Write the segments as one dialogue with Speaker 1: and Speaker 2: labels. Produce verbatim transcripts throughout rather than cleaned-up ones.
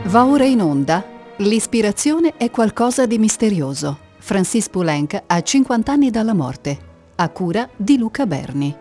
Speaker 1: Va ora in onda. L'ispirazione è qualcosa di misterioso. Francis Poulenc ha cinquanta anni dalla morte. A cura di Luca Berni.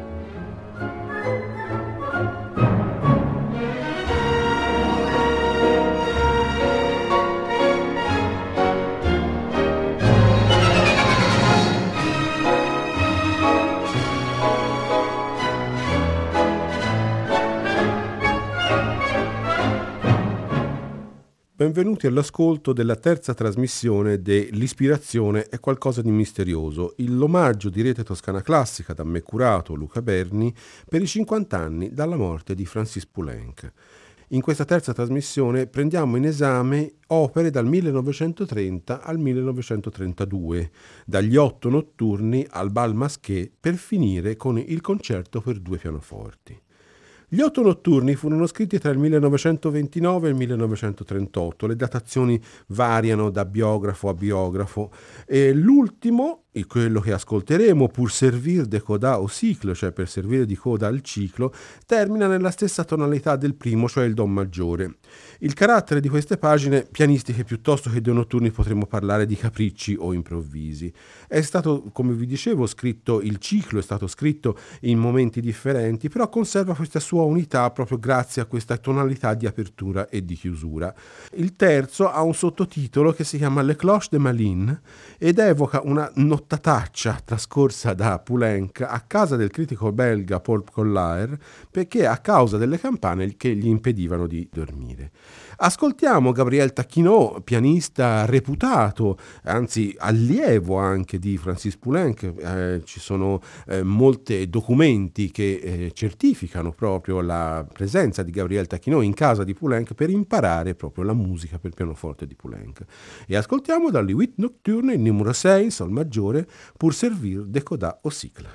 Speaker 2: Benvenuti all'ascolto della terza trasmissione de L'ispirazione è qualcosa di misterioso, l'omaggio di Rete Toscana Classica da me curato Luca Berni per i cinquanta anni dalla morte di Francis Poulenc. In questa terza trasmissione prendiamo in esame opere dal millenovecentotrenta al millenovecentotrentadue, dagli otto notturni al Bal Masqué per finire con il concerto per due pianoforti. Gli otto notturni furono scritti tra il millenovecentoventinove e il millenovecentotrentotto, le datazioni variano da biografo a biografo e l'ultimo, quello che ascolteremo, Pour servir de coda au cycle, cioè per servire di coda al ciclo, termina nella stessa tonalità del primo, cioè il Do maggiore. Il carattere di queste pagine pianistiche piuttosto che dei notturni potremmo parlare di capricci o improvvisi. È stato, come vi dicevo, scritto il ciclo, è stato scritto in momenti differenti, però conserva questa sua unità proprio grazie a questa tonalità di apertura e di chiusura. Il terzo ha un sottotitolo che si chiama Le Cloche de Malines ed evoca una nottataccia trascorsa da Poulenc a casa del critico belga Paul Collaert perché a causa delle campane che gli impedivano di dormire. Ascoltiamo Gabriel Taquinot, pianista reputato, anzi allievo anche di Francis Poulenc. Eh, ci sono eh, molti documenti che eh, certificano proprio la presenza di Gabriel Taquinot in casa di Poulenc per imparare proprio la musica per pianoforte di Poulenc. E ascoltiamo dalle Huit Nocturne il numero sei, Sol maggiore, Pour servir de coda au cycle.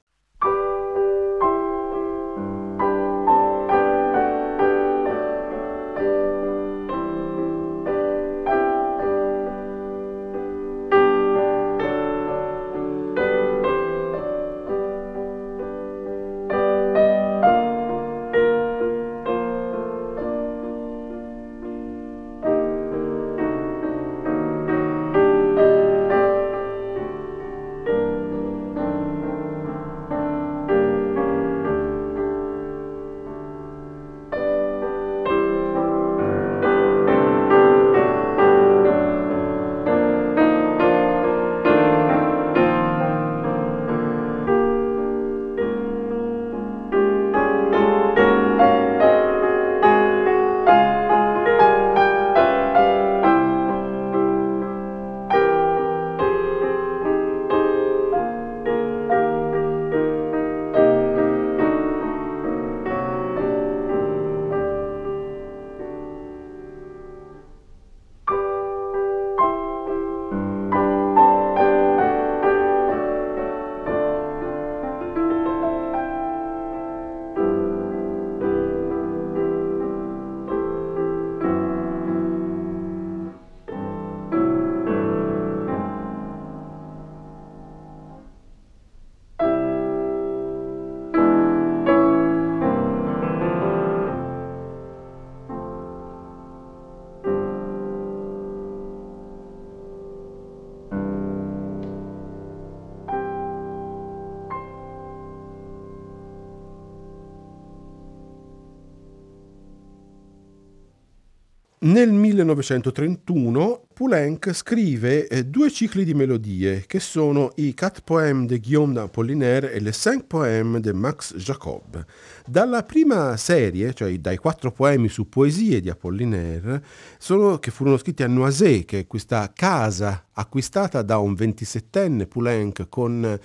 Speaker 2: Nel millenovecentotrentuno Poulenc scrive eh, due cicli di melodie che sono i Quatre Poèmes de Guillaume d'Apollinaire e le Cinq Poèmes de Max Jacob. Dalla prima serie, cioè dai quattro poemi su poesie di Apollinaire, sono, che furono scritti a Noisy, che è questa casa acquistata da un ventisettenne Poulenc con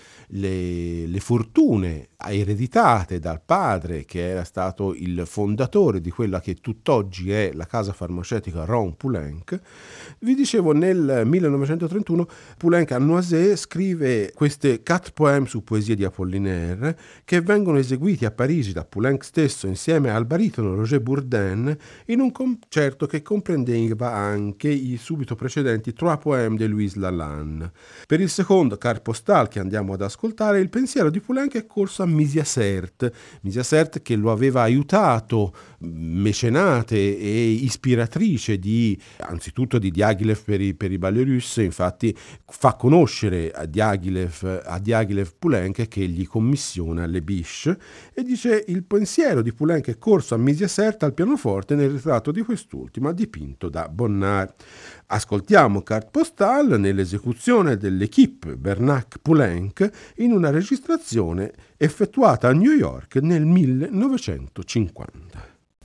Speaker 2: le, le fortune ereditate dal padre, che era stato il fondatore di quella che tutt'oggi è la casa farmaceutica Rome Poulenc. Vi dicevo, nel millenovecentotrentuno Poulenc a Noisy scrive queste quatre poèmes su poesie di Apollinaire che vengono eseguiti a Parigi da Poulenc stesso insieme al baritono Roger Bourdin in un concerto che comprendeva anche i subito precedenti Trois poèmes di Louise Lalande. Per il secondo Carte postale che andiamo ad ascoltare, il pensiero di Poulenc è corso a Misia Certes, Misia Certes che lo aveva aiutato, mecenate e ispiratrice di, anzitutto di Diaghilev per i, per i balli russi. Infatti fa conoscere a Diaghilev, a Diaghilev Poulenc, che gli commissiona Le Biche, e dice: il pensiero di Poulenc è corso a Misia Certes al pianoforte nel ritratto di quest'ultima dipinto da Bonnard. Ascoltiamo Carte postale nell'esecuzione dell'Équipe Bernac-Poulenc in una registrazione effettuata a New York nel millenovecentocinquanta.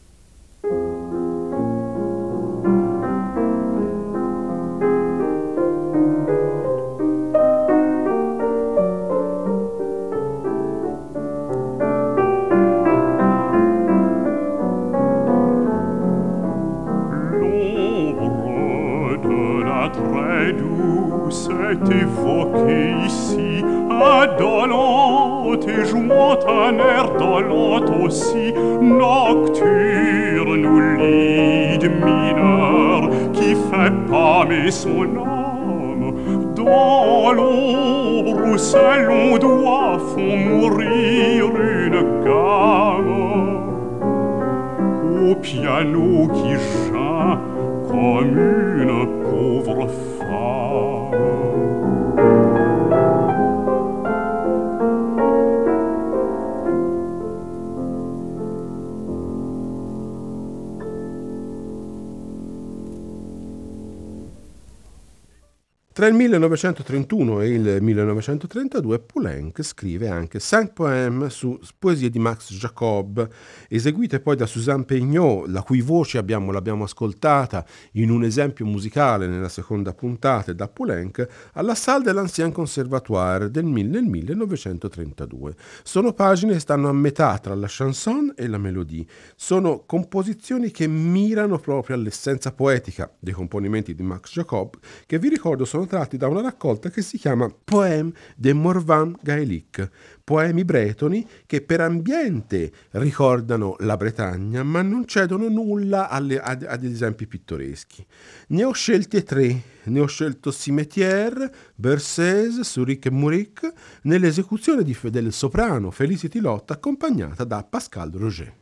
Speaker 3: Est évoqué ici, indolente et jouant un air dolent aussi, nocturne ou lit mineur qui fait pâmer son âme dans l'ombre où ses longs doigts font mourir une gamme au piano qui geint comme une pauvre femme.
Speaker 2: Tra il millenovecentotrentuno e il millenovecentotrentadue Poulenc scrive anche cinque poèmes su poesie di Max Jacob, eseguite poi da Suzanne Peignot, la cui voce abbiamo, l'abbiamo ascoltata in un esempio musicale nella seconda puntata, da Poulenc alla Salle de l'Ancien Conservatoire del millenovecentotrentadue. Sono pagine che stanno a metà tra la chanson e la melodie. Sono composizioni che mirano proprio all'essenza poetica dei componimenti di Max Jacob, che vi ricordo sono tratti da una raccolta che si chiama Poèmes de Morvan Gaelic, poemi bretoni che per ambiente ricordano la Bretagna ma non cedono nulla alle, ad, ad esempi pittoreschi. Ne ho scelti tre, ne ho scelto Cimetière, Berceuse, Zurich e Murik, nell'esecuzione di, del soprano Felicity Lott accompagnata da Pascal Roger.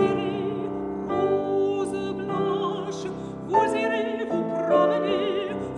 Speaker 4: Vous irez vous promener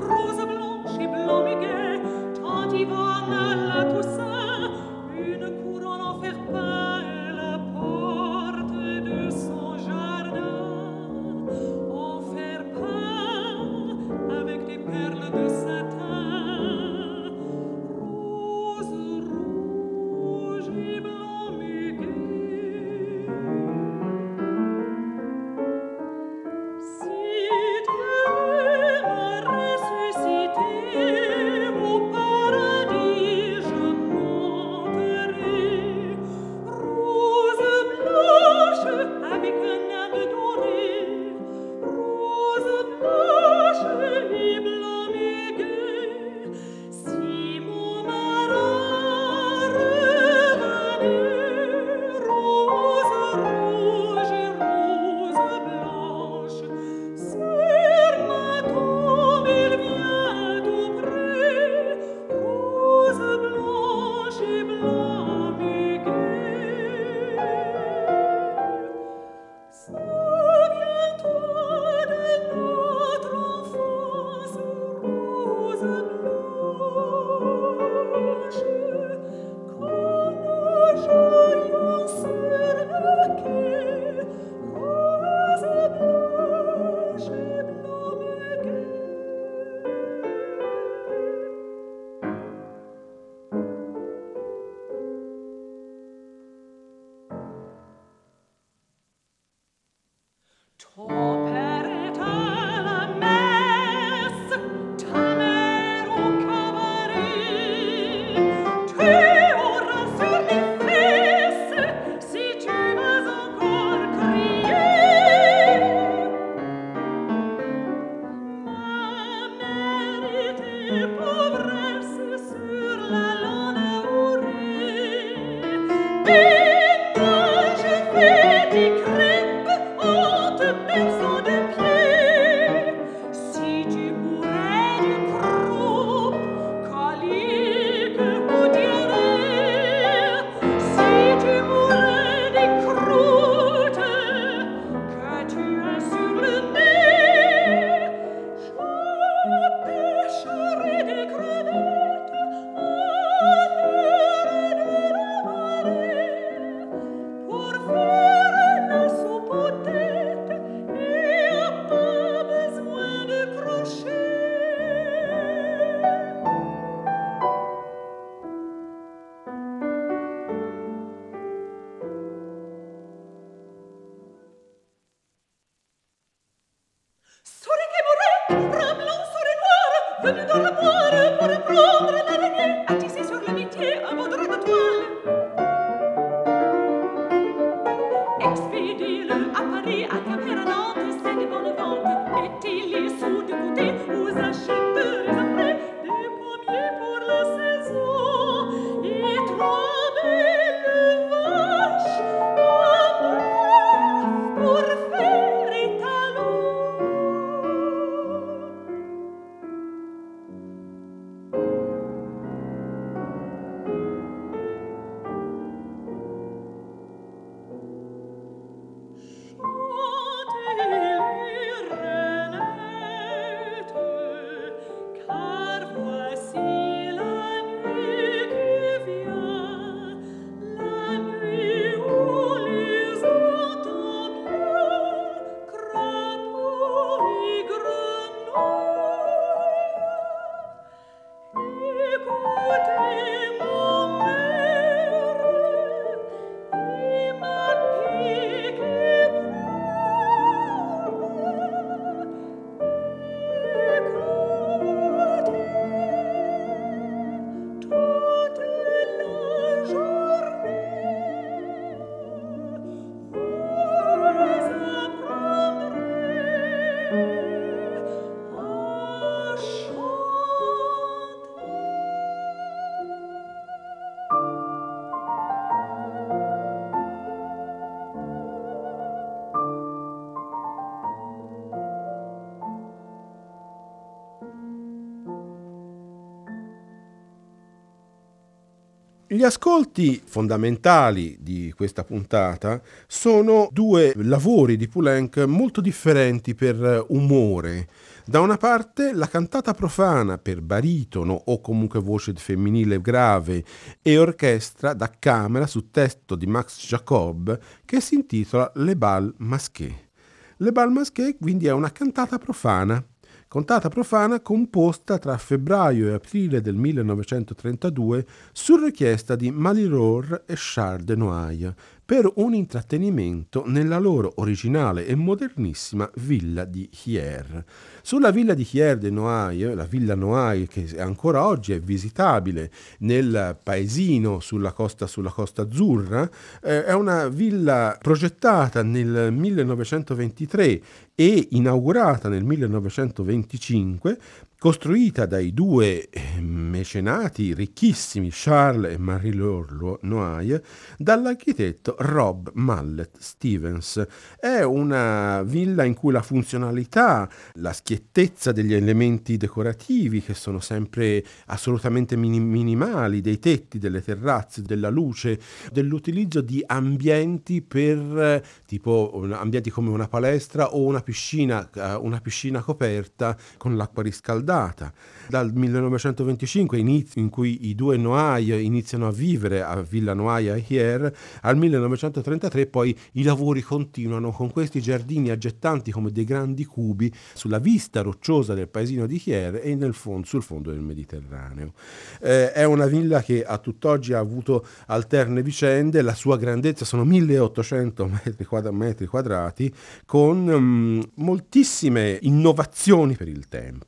Speaker 2: Gli ascolti fondamentali di questa puntata sono due lavori di Poulenc molto differenti per umore. Da una parte la cantata profana per baritono o comunque voce femminile grave e orchestra da camera su testo di Max Jacob che si intitola Le Bal Masqué. Le Bal Masqué quindi è una cantata profana. Cantata profana composta tra febbraio e aprile del millenovecentotrentadue su richiesta di Maliror e Charles de Noailles per un intrattenimento nella loro originale e modernissima villa di Hyères. Sulla villa di Hyères de Noailles, la villa Noailles che ancora oggi è visitabile nel paesino sulla costa, sulla costa azzurra, eh, è una villa progettata nel millenovecentoventitré e inaugurata nel millenovecentoventicinque, costruita dai due mecenati ricchissimi Charles e Marie-Laure Noailles dall'architetto Rob Mallet Stevens. È una villa in cui la funzionalità, la schiettezza degli elementi decorativi che sono sempre assolutamente minimali, dei tetti, delle terrazze, della luce, dell'utilizzo di ambienti per tipo ambienti come una palestra o una piscina, una piscina coperta con l'acqua riscaldata. Dal millenovecentoventicinque, inizio in cui i due Noailles iniziano a vivere a Villa Noailles a Hyères, al millenovecentotrentatré poi i lavori continuano con questi giardini aggettanti come dei grandi cubi sulla vista rocciosa del paesino di Hyères e nel fondo, sul fondo del Mediterraneo. Eh, è una villa che a tutt'oggi ha avuto alterne vicende, la sua grandezza sono milleottocento metri, quadra, metri quadrati con um, moltissime innovazioni per il tempo.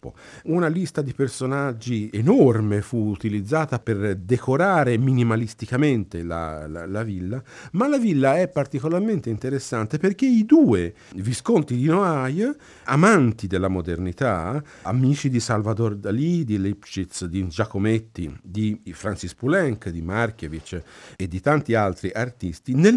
Speaker 2: Una lista di personaggi enorme fu utilizzata per decorare minimalisticamente la, la, la villa, ma la villa è particolarmente interessante perché i due visconti di Noailles, amanti della modernità, amici di Salvador Dalì, di Lipschitz, di Giacometti, di Francis Poulenc, di Markievicz e di tanti altri artisti, nel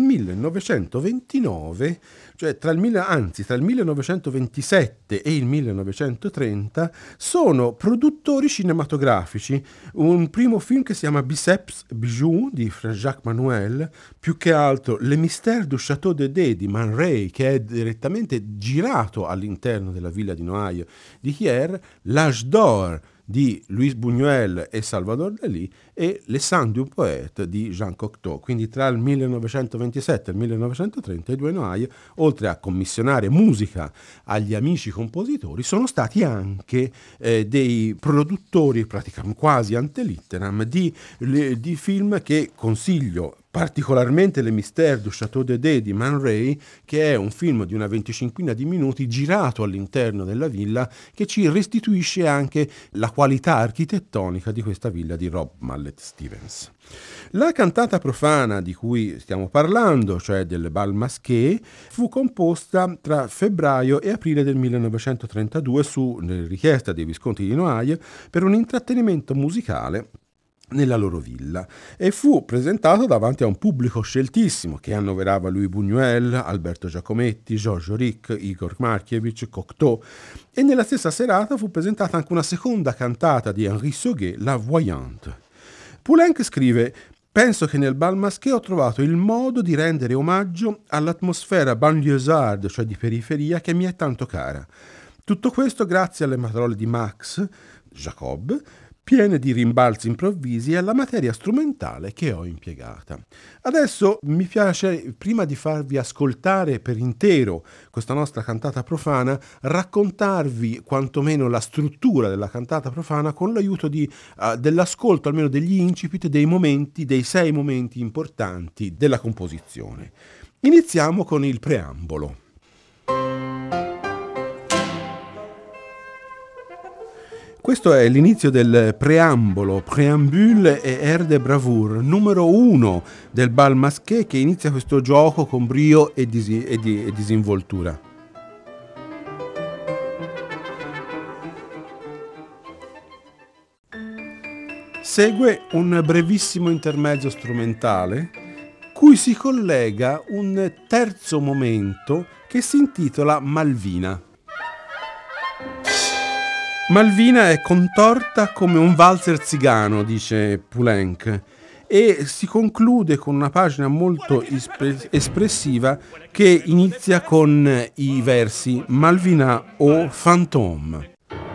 Speaker 2: millenovecentoventinove, cioè tra il, anzi, tra il millenovecentoventisette e il millenovecentotrenta, sono produttori cinematografici. Un primo film che si chiama Biceps Bijou di Jacques Manuel, più che altro Le Mystères du Château de Dé di Man Ray, che è direttamente girato all'interno della villa di Noailles di Hier, L'Âge d'Or di Luis Buñuel e Salvador Dalì e Les Sangs du Poète di Jean Cocteau. Quindi tra il millenovecentoventisette e il millenovecentotrenta i due Noailles, oltre a commissionare musica agli amici compositori, sono stati anche eh, dei produttori, praticamente quasi ante litteram, di, le, di film che consiglio particolarmente Le Mystères du Château de Dé di Man Ray, che è un film di una venticinquina di minuti girato all'interno della villa, che ci restituisce anche la qualità architettonica di questa villa di Rob Mallet Stevens. La cantata profana di cui stiamo parlando, cioè del Bal Masqué, fu composta tra febbraio e aprile del millenovecentotrentadue su richiesta dei Visconti di Noailles per un intrattenimento musicale nella loro villa, e fu presentato davanti a un pubblico sceltissimo che annoverava Louis Buñuel, Alberto Giacometti, Georges Auric, Igor Markievicz, Cocteau, e nella stessa serata fu presentata anche una seconda cantata di Henri Sauguet, La Voyante. Poulenc scrive: penso che nel Bal Masqué ho trovato il modo di rendere omaggio all'atmosfera banlieusarde, cioè di periferia, che mi è tanto cara. Tutto questo grazie alle parole di Max Jacob, piene di rimbalzi improvvisi, e alla materia strumentale che ho impiegata. Adesso mi piace, prima di farvi ascoltare per intero questa nostra cantata profana, raccontarvi quantomeno la struttura della cantata profana con l'aiuto di, uh, dell'ascolto, almeno degli incipit, dei momenti, dei sei momenti importanti della composizione. Iniziamo con il preambolo. Questo è l'inizio del preambolo, Préambule et air de bravoure, numero uno del Bal Masqué, che inizia questo gioco con brio e, disi- e, di- e disinvoltura. Segue un brevissimo intermezzo strumentale, cui si collega un terzo momento che si intitola Malvina. Malvina è contorta come un valzer zigano, dice Poulenc, e si conclude con una pagina molto espre- espressiva che inizia con i versi Malvina o Fantôme.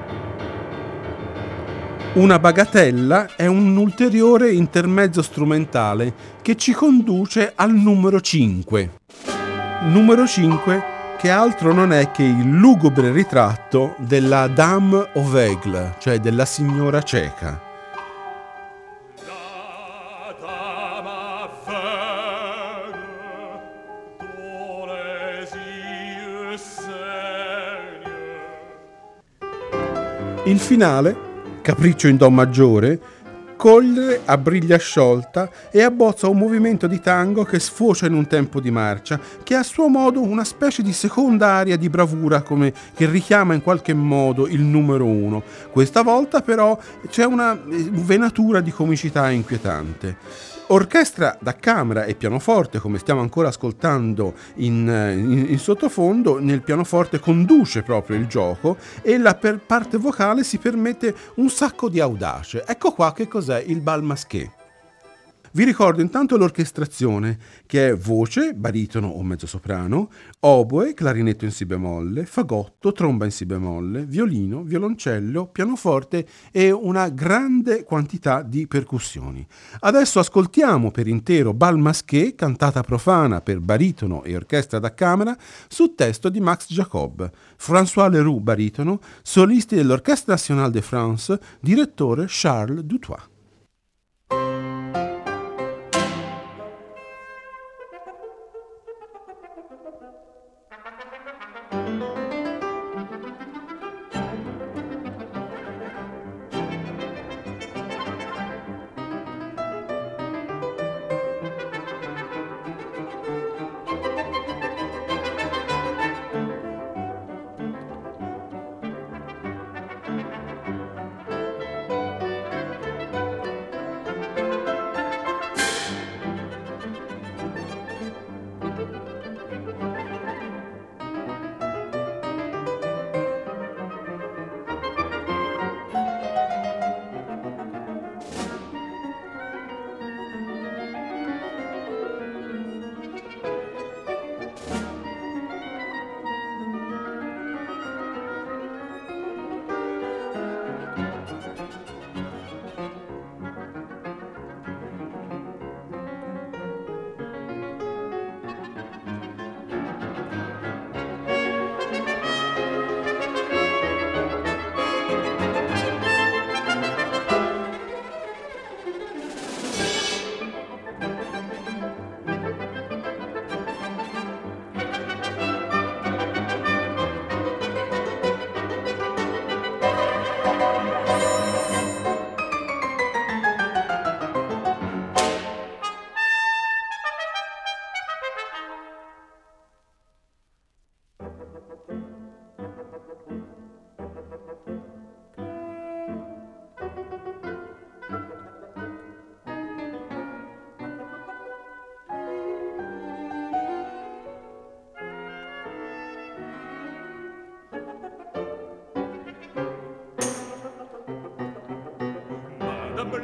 Speaker 2: Una bagatella è un ulteriore intermezzo strumentale che ci conduce al numero cinque. Numero cinque che altro non è che il lugubre ritratto della Dame Aveugle, cioè della signora cieca. Il finale, capriccio in do maggiore, coglie a briglia sciolta e abbozza un movimento di tango che sfocia in un tempo di marcia, che ha a suo modo una specie di seconda aria di bravura, come che richiama in qualche modo il numero uno. Questa volta però c'è una venatura di comicità inquietante. Orchestra da camera e pianoforte, come stiamo ancora ascoltando in, in, in sottofondo, nel pianoforte conduce proprio il gioco e la per parte vocale si permette un sacco di audace. Ecco qua che cos'è il Bal Masqué. Vi ricordo intanto l'orchestrazione, che è voce, baritono o mezzosoprano, oboe, clarinetto in si bemolle, fagotto, tromba in si bemolle, violino, violoncello, pianoforte e una grande quantità di percussioni. Adesso ascoltiamo per intero Bal Masqué, cantata profana per baritono e orchestra da camera, su testo di Max Jacob, François Leroux baritono, solisti dell'Orchestre Nationale de France, direttore Charles Dutoit.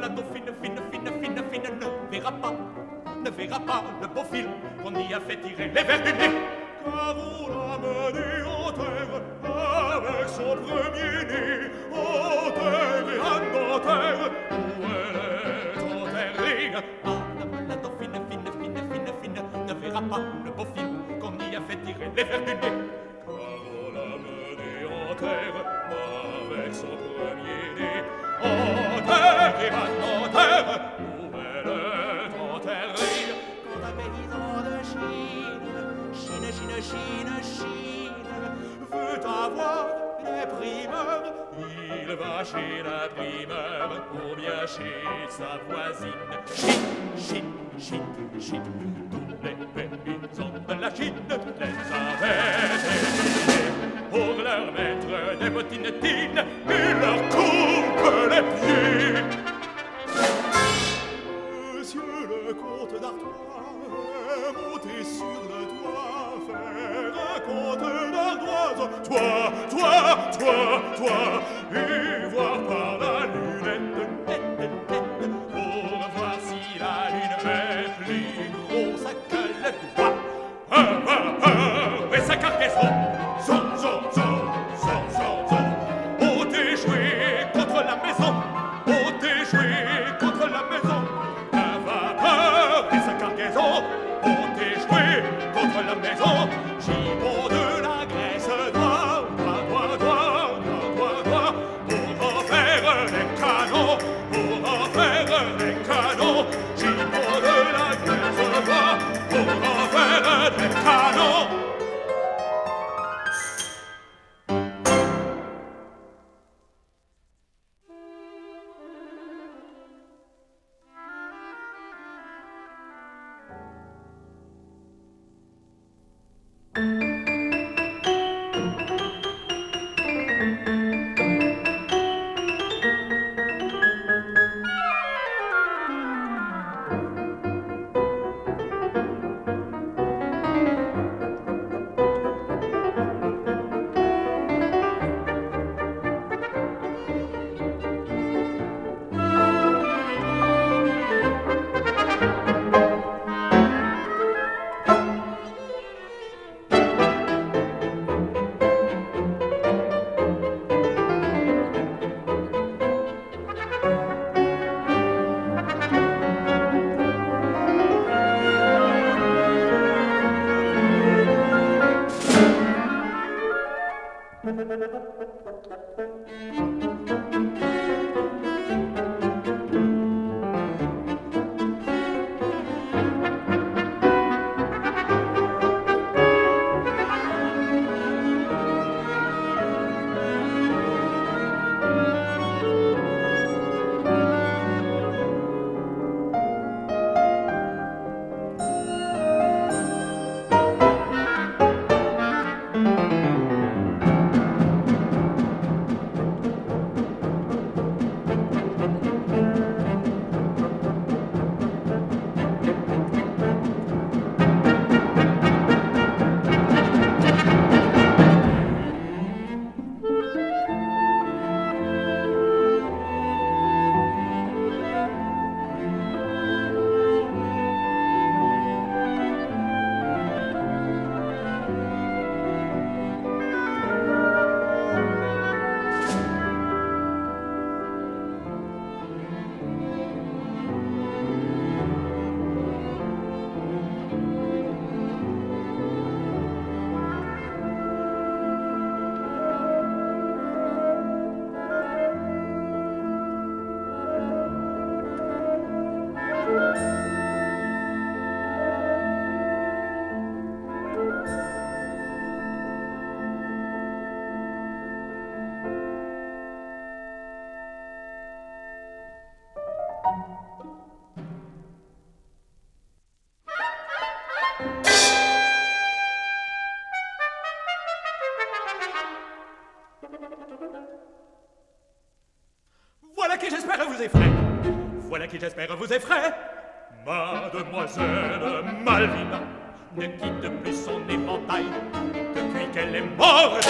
Speaker 3: la dauphine, fine, fine, fine, fine, ne verra pas, ne verra pas le beau film qu'on y a fait tirer les vers du nez. Car on l'a mené en terre avec son premier nez, en terre et en terre, où elle est enterrée. Ah, la dauphine, fine, fine, fine, fine, ne verra pas le beau film qu'on y a fait tirer les vers du nez. Car on l'a mené en terre avec son premier nez, en terre et en terre, où elle est enterrée. Quand un paysan de Chine, Chine, Chine, Chine, Chine, veut avoir les primeurs, il va chez la primeur ou bien chez sa voisine. Chine, Chine, Chine, Chine, tous les paysans de la Chine les avaient éliminés pour leur mettre des bottines tines et leur coupe les pieds. Monsieur le comte d'Artois est monté sur le toit faire un conte d'ardoise. Toi, toi, toi, toi, et voir par la lunette, nette, nette, pour voir si la lune est plus grosse que le doigt. Ah, ah, ah, et sa cargaison, zon, zon, zon, zon, zon, zon, ont échoué contre la maison, ont échoué contre la maison. La vapeur et sa cargaison ont échoué contre la maison. Gigot de la Grèce doit, doit, doit, doit, doit, doit, pour en faire des canons, pour en faire des canons. Gigot de la Grèce doit, pour en faire des canons. Voilà qui j'espère vous effraie. Voilà qui j'espère vous effraie. Mademoiselle Malvina ne quitte plus son éventail depuis qu'elle est morte.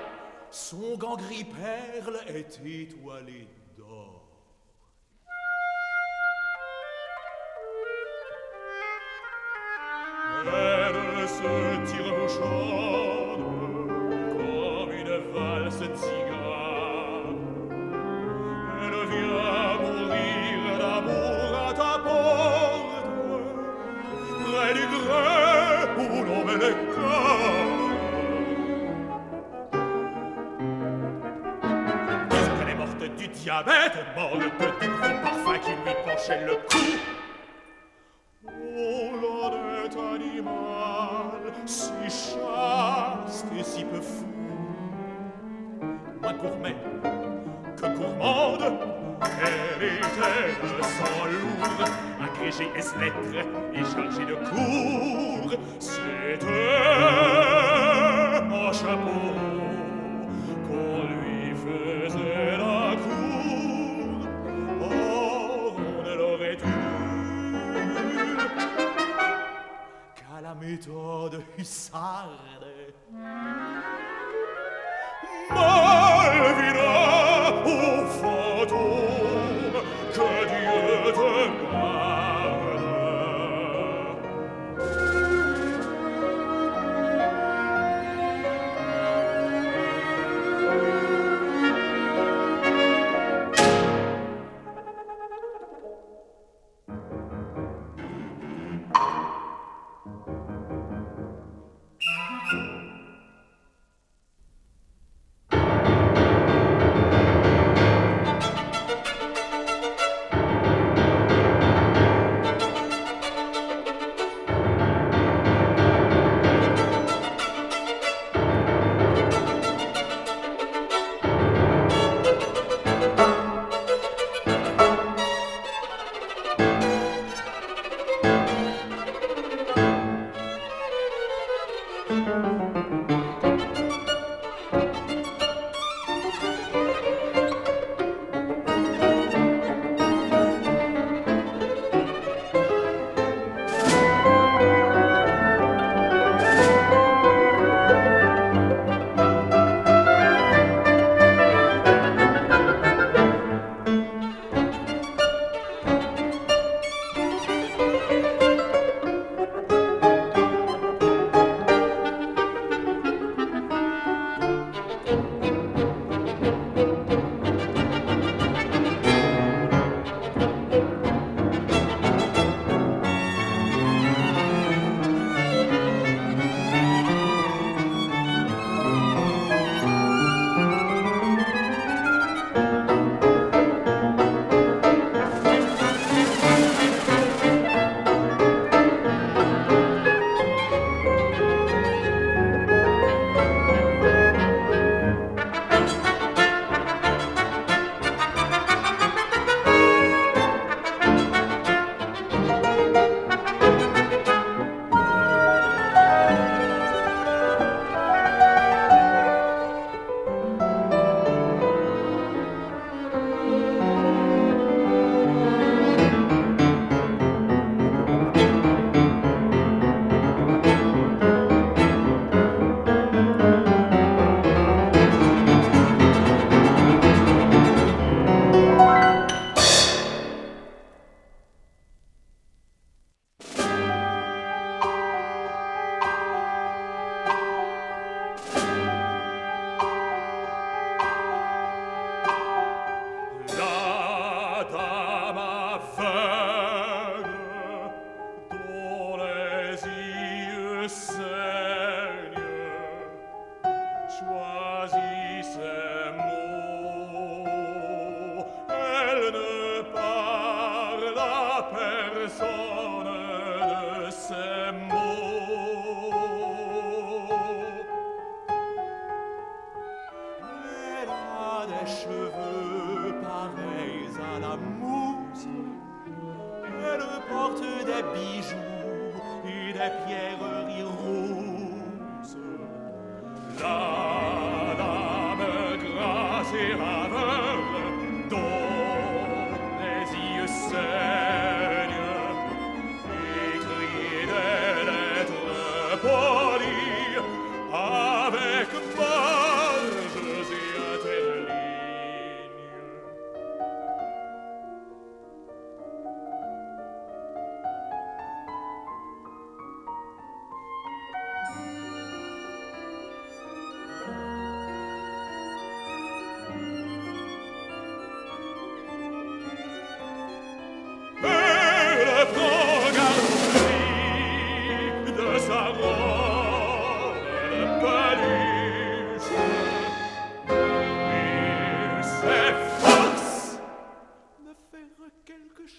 Speaker 3: Son gant gris perle est étoilé d'or. se tire-bouchonne comme une valse tzigane. Elle vient mourir d'amour à ta porte, près du grès où l'on met les cœurs. Disent qu'elle est morte du diabète, morte du gros parfum qui lui penchait le cou. Oh, l'honnête animal, si chaste et si peu fou, moins gourmet que gourmande, elle était de sang lourd, agrégée ès-lettres et chargée de cours. C'était en chapeau qu'on lui faisait la cour. Oh, on ne l'aurait dû qu'à la méthode hussarde. Malvina, ô fantôme, que Dieu te garde.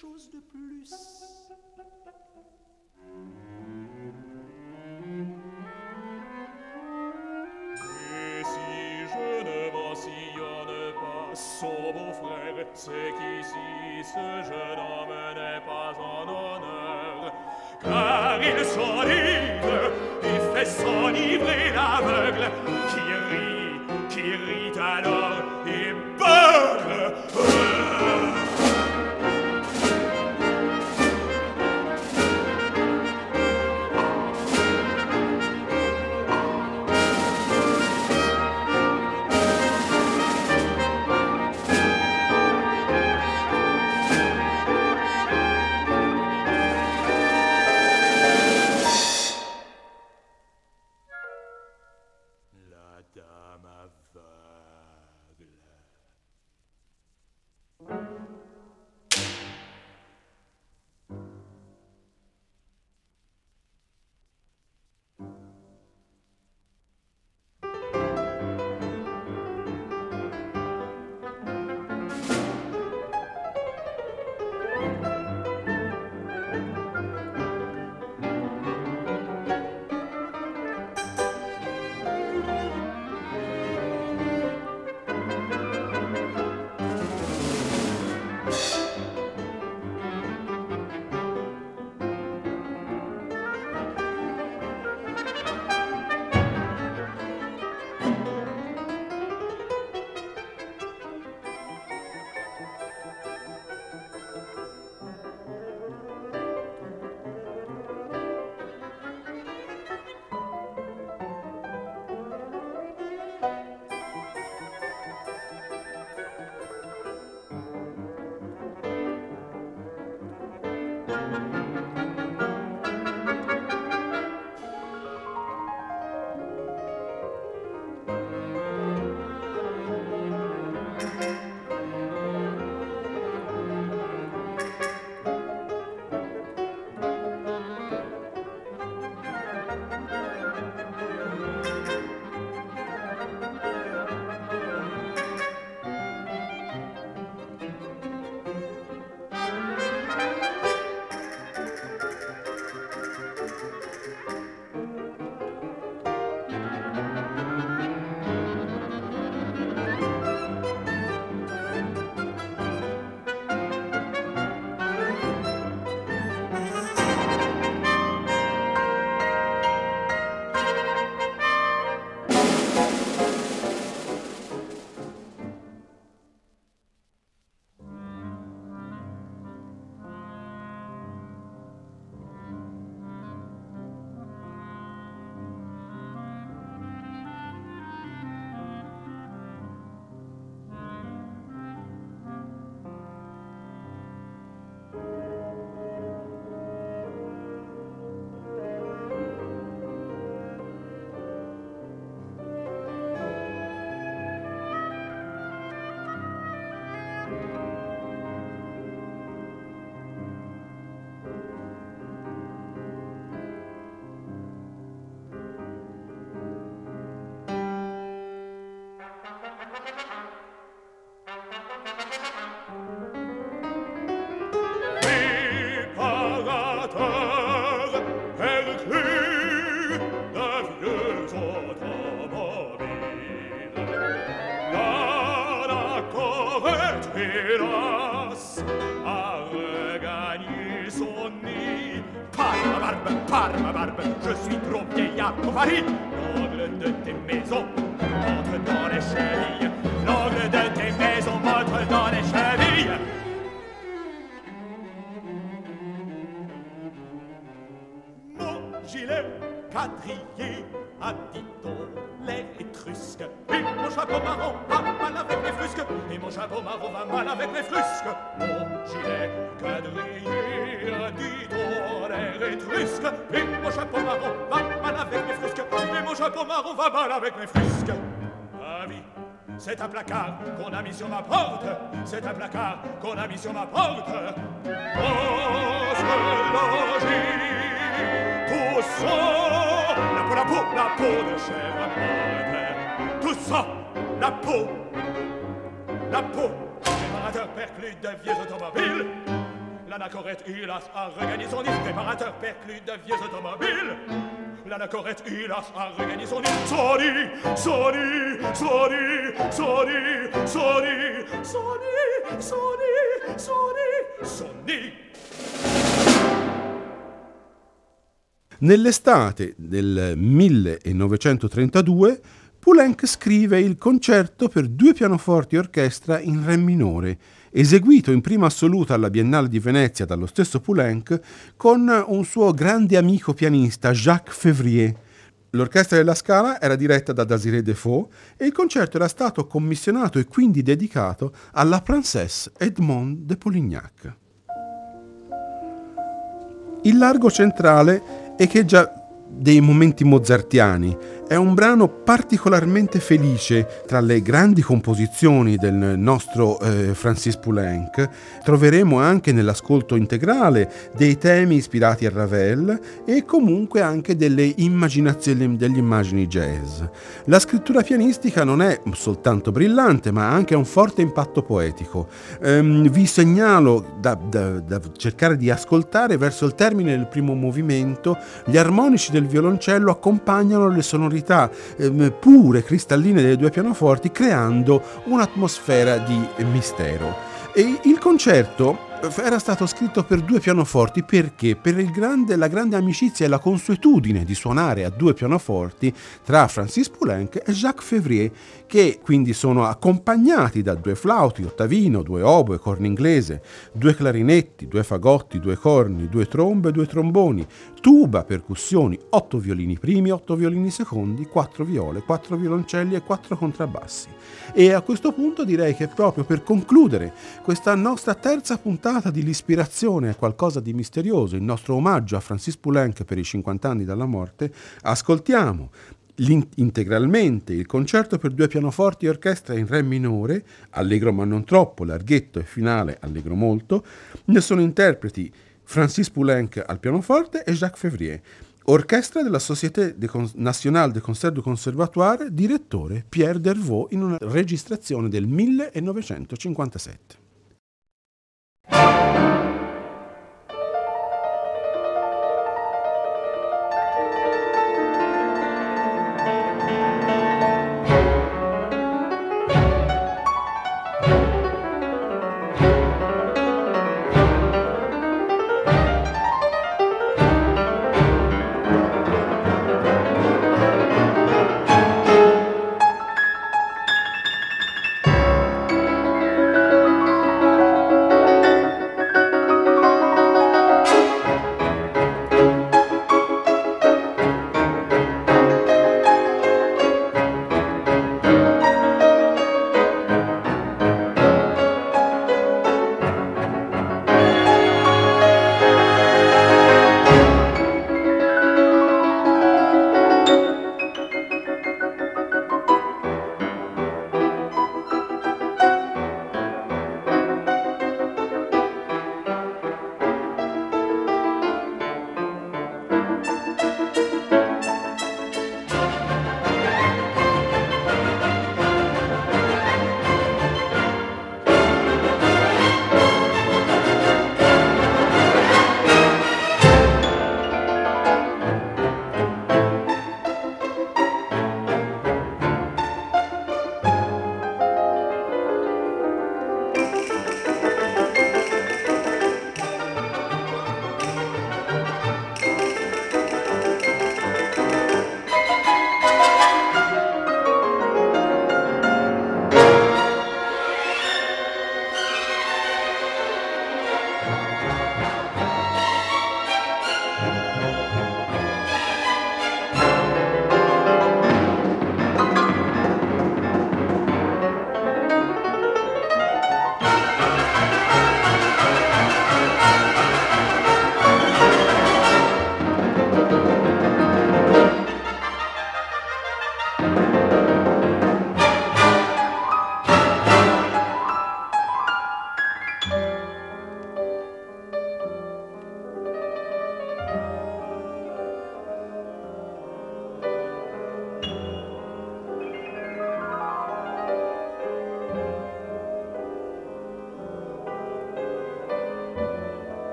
Speaker 3: chose de plus. Et si je ne mentionne pas son beau-frère, c'est qu'ici ce jeune homme n'est pas en honneur, car il s'enivre et fait s'enivrer l'aveugle qui rit, qui rit alors et beugle. hélas, a regagné son nid. Par ma barbe, par ma barbe, je suis trop vieillard pour Paris. L'angle de tes maisons montre dans les chevilles. L'angle de tes maisons montre dans les chevilles. Mon gilet quadrillé a dit-on l'air étrusque. Et mon chapeau marron va mal avec mes frusques. Et mon chapeau marron va mal avec mes frusques. Mon gilet quadrillé a dit-on l'air étrusque. Et mon chapeau marron va mal avec mes frusques. Et mon chapeau marron va mal avec mes frusques. Ah oui, c'est un placard qu'on a mis sur ma porte. C'est un placard qu'on a mis sur ma porte. Dans ce logis, tout ça, la peau, la peau, la peau de chèvre morte. Tout ça, la peau, la peau, réparateurs perclus de vieux automobiles. L'anachorète, hélas, a regagné son île. Réparateur perclus de vieux automobiles. L'anachorète, hélas, a regagné son île. Sony, Sony, Sony, Sony, Sony, Sony, Sony, Sony, Sony.
Speaker 2: Nell'estate del millenovecentotrentadue Poulenc scrive il concerto per due pianoforti e orchestra in re minore, eseguito in prima assoluta alla Biennale di Venezia dallo stesso Poulenc con un suo grande amico pianista Jacques Février. L'orchestra della Scala era diretta da Désiré Defoe e il concerto era stato commissionato e quindi dedicato alla Princesse Edmond de Polignac. Il largo centrale echeggia dei momenti mozartiani. È un brano particolarmente felice tra le grandi composizioni del nostro eh, Francis Poulenc. Troveremo anche nell'ascolto integrale dei temi ispirati a Ravel e comunque anche delle immaginazioni, degli immagini jazz. La scrittura pianistica non è soltanto brillante, ma ha anche un forte impatto poetico. Ehm, vi segnalo da, da, da cercare di ascoltare verso il termine del primo movimento. Gli armonici del violoncello accompagnano le sonorità eh, pure, cristalline dei due pianoforti, creando un'atmosfera di mistero. E il concerto era stato scritto per due pianoforti perché? Per il grande, la grande amicizia e la consuetudine di suonare a due pianoforti tra Francis Poulenc e Jacques Février, che quindi sono accompagnati da due flauti, ottavino, due oboe, corno inglese, due clarinetti, due fagotti, due corni, due trombe, due tromboni, tuba, percussioni, otto violini primi, otto violini secondi, quattro viole, quattro violoncelli e quattro contrabbassi. E a questo punto direi che proprio per concludere questa nostra terza puntata di L'Ispirazione è qualcosa di misterioso, il nostro omaggio a Francis Poulenc per i cinquanta anni dalla morte, ascoltiamo integralmente il concerto per due pianoforti e orchestra in re minore, allegro ma non troppo, larghetto e finale allegro molto. Ne sono interpreti Francis Poulenc al pianoforte e Jacques Février. Orchestra della Société Nationale de Concert du Conservatoire, direttore Pierre Dervaux, in una registrazione del millenovecentocinquantasette.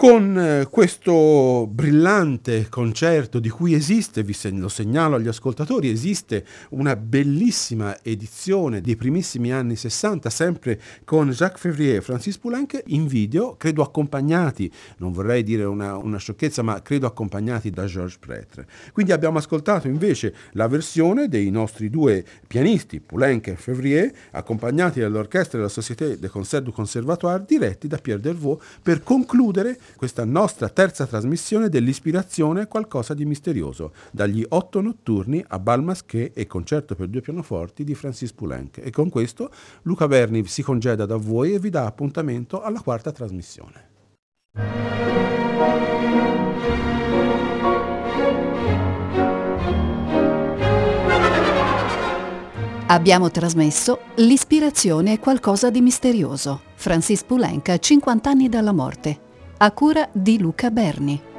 Speaker 2: Con eh, questo brillante concerto di cui esiste, vi se- lo segnalo agli ascoltatori, esiste una bellissima edizione dei primissimi anni sessanta, sempre con Jacques Février e Francis Poulenc in video, credo accompagnati, non vorrei dire una, una sciocchezza, ma credo accompagnati da Georges Prêtre. Quindi abbiamo ascoltato invece la versione dei nostri due pianisti, Poulenc e Février, accompagnati dall'orchestra della Société des Concerts du Conservatoire, diretti da Pierre Delvaux, per concludere questa nostra terza trasmissione dell'ispirazione qualcosa di misterioso, dagli otto notturni a Bal Masqué e concerto per due pianoforti di Francis Poulenc. E con questo Luca Berni si congeda da voi e vi dà appuntamento alla quarta trasmissione.
Speaker 1: Abbiamo trasmesso L'ispirazione è qualcosa di misterioso. Francis Poulenc a cinquanta anni dalla morte, a cura di Luca Berni.